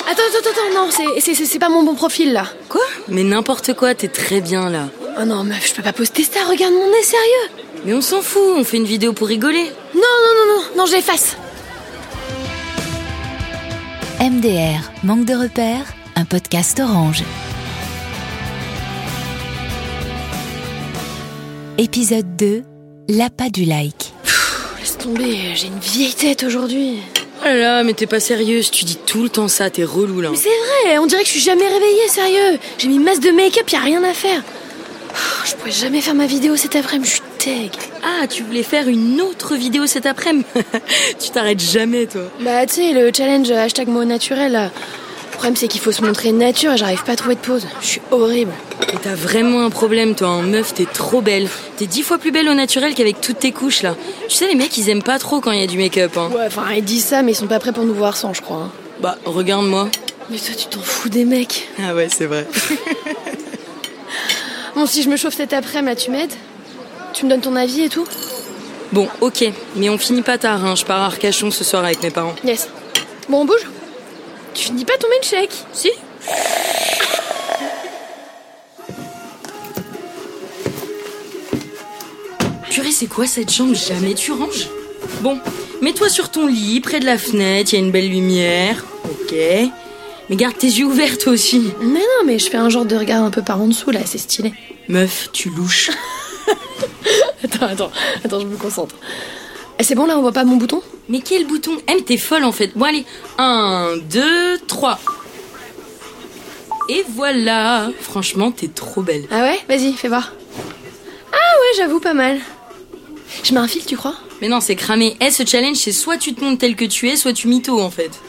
Attends, non, c'est pas mon bon profil, là. Quoi? Mais n'importe quoi, t'es très bien, là. Oh non, meuf, je peux pas poster ça, regarde mon nez, sérieux. Mais on s'en fout, on fait une vidéo pour rigoler. Non, je l'efface. MDR, manque de repères, un podcast Orange. Épisode 2, l'appât du like. Laisse tomber, j'ai une vieille tête aujourd'hui. Oh là là, mais t'es pas sérieuse, tu dis tout le temps ça, t'es relou là. Mais c'est vrai, on dirait que je suis jamais réveillée, sérieux. J'ai mis masse de make-up, y'a rien à faire. Je pourrais jamais faire ma vidéo cet après-midi, je suis teg. Ah, tu voulais faire une autre vidéo cet après-midi? Tu t'arrêtes jamais, toi. Bah, tu sais, le challenge hashtag mot naturel, là. Le problème, c'est qu'il faut se montrer nature et j'arrive pas à trouver de pause. Je suis horrible. Et t'as vraiment un problème, toi, hein. Meuf, t'es trop belle. T'es 10 fois plus belle au naturel qu'avec toutes tes couches, là. Tu sais, les mecs, ils aiment pas trop quand il y a du make-up, hein. Ouais, enfin, ils disent ça, mais ils sont pas prêts pour nous voir sans, je crois. Hein. Bah, regarde-moi. Mais toi, tu t'en fous des mecs. Ah ouais, c'est vrai. Bon, si je me chauffe cet après-midi, là, tu m'aides? Tu me donnes ton avis et tout? Bon, ok, mais on finit pas tard, hein. Je pars à Arcachon ce soir avec mes parents. Yes. Bon, on bouge? Tu finis pas ton milkshake? Si. Purée, c'est quoi cette chambre? Jamais tu ranges? Bon, mets-toi sur ton lit, près de la fenêtre, il y a une belle lumière. Ok. Mais garde tes yeux ouverts toi aussi. Mais non, mais je fais un genre de regard un peu par en dessous, là, c'est stylé. Meuf, tu louches. Attends, je me concentre. C'est bon, là, on voit pas mon bouton? Mais quel bouton? Eh, mais t'es folle en fait. Bon, allez, 1, 2, 3. Et voilà. Franchement, t'es trop belle. Ah ouais? Vas-y, fais voir. Ah ouais, j'avoue, pas mal. Je mets un fil, tu crois? Mais non, c'est cramé. Ce challenge, c'est soit tu te montres tel que tu es, soit tu mytho en fait.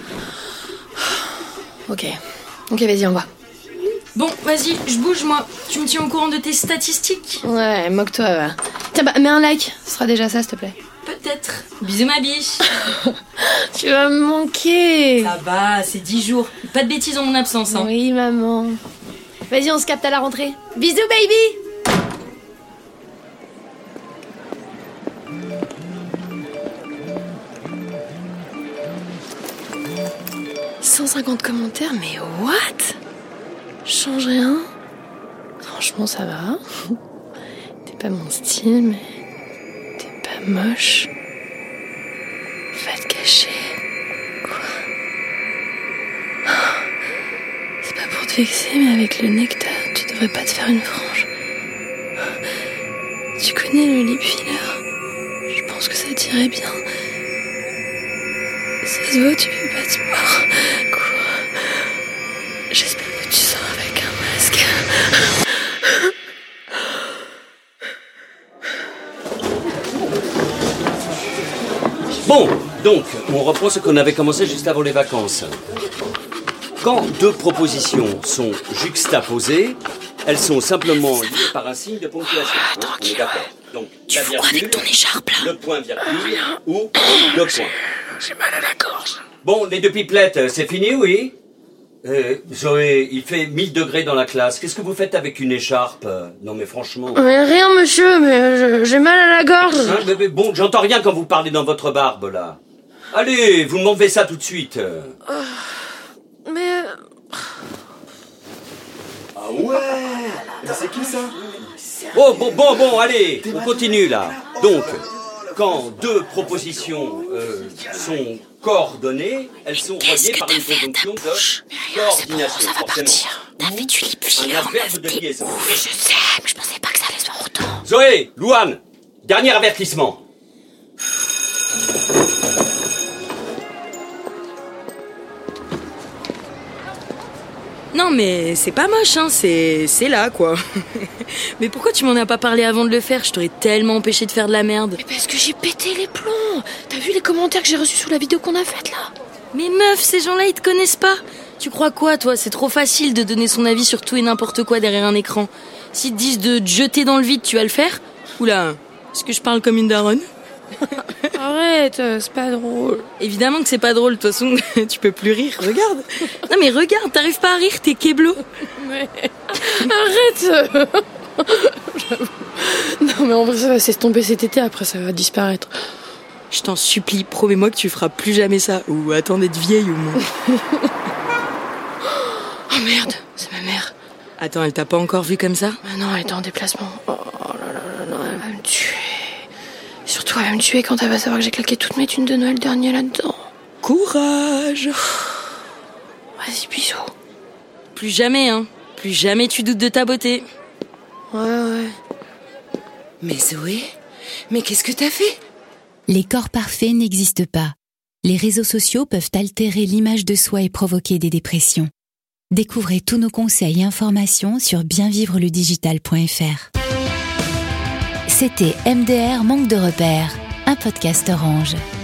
Ok, vas-y, on va. Bon, vas-y, je bouge moi. Tu me tiens au courant de tes statistiques? Ouais, moque-toi, va. Tiens, bah, mets un like. Ce sera déjà ça, s'il te plaît. Peut-être. Bisous ma biche. Tu vas me manquer. Ça va, c'est 10 jours. Pas de bêtises en mon absence, hein. Oui, maman. Vas-y, on se capte à la rentrée. Bisous, baby. 150 commentaires, mais what? Change rien. Franchement, ça va. T'es pas mon style, mais t'es pas moche. Va te cacher. Quoi? C'est pas pour te vexer, mais avec le nez que t'as, tu devrais pas te faire une frange. Tu connais le lip filler? Je pense que ça t'irait bien. Ça se voit, tu fais pas de sport. Quoi? J'espère que tu sors avec un masque. Bon, donc, on reprend ce qu'on avait commencé juste avant les vacances. Quand deux propositions sont juxtaposées, elles sont simplement liées par un signe de ponctuation. Tranquille, ouais. Donc, tu fous quoi avec ton écharpe, là? le point virgule ou le point. J'ai mal à la gorge. Bon, les deux pipelettes, c'est fini, oui? Zoé, il fait 1000 degrés dans la classe. Qu'est-ce que vous faites avec une écharpe? Non mais franchement... Rien, monsieur, mais j'ai mal à la gorge. Hein, mais bon, j'entends rien quand vous parlez dans votre barbe, là. Allez, vous m'enlevez ça tout de suite. Mais... Ah ouais. Mais c'est qui ça? Oh, bon, allez, on continue, là. Donc, quand deux propositions sont coordonnées, elles sont reliées par une conjonction de coordination, forcément. T'as fait du lip filler, Un adverbe de liaison. Je sais, mais je pensais pas que ça allait se voir autant. Zoé, Louane, dernier avertissement. Non mais c'est pas moche, hein, c'est là quoi. Mais pourquoi tu m'en as pas parlé avant de le faire? Je t'aurais tellement empêché de faire de la merde. Mais parce que j'ai pété les plombs. T'as vu les commentaires que j'ai reçus sous la vidéo qu'on a faite, là? Mais meuf, ces gens-là ils te connaissent pas. Tu crois quoi toi? C'est trop facile de donner son avis sur tout et n'importe quoi derrière un écran. S'ils te disent de te jeter dans le vide, tu vas le faire? Oula, est-ce que je parle comme une daronne? Arrête, c'est pas drôle. Évidemment que c'est pas drôle, de toute façon, tu peux plus rire, regarde. Non mais regarde, t'arrives pas à rire, t'es kéblo. Mais... Arrête. J'avoue. Non mais en vrai ça va s'estomper cet été, après ça va disparaître. Je t'en supplie, promets-moi que tu feras plus jamais ça. Ou attends d'être vieille au moins. Attends, elle t'a pas encore vu comme ça ? Ah non, elle était en déplacement. Oh là là là là, elle va me tuer. Surtout, elle va me tuer quand elle va savoir que j'ai claqué toutes mes thunes de Noël dernier là-dedans. Courage ! Vas-y, bisous. Plus jamais, hein. Plus jamais tu doutes de ta beauté. Ouais. Mais Zoé, mais qu'est-ce que t'as fait ? Les corps parfaits n'existent pas. Les réseaux sociaux peuvent altérer l'image de soi et provoquer des dépressions. Découvrez tous nos conseils et informations sur bienvivreledigital.fr. C'était MDR Manque de repères, un podcast Orange.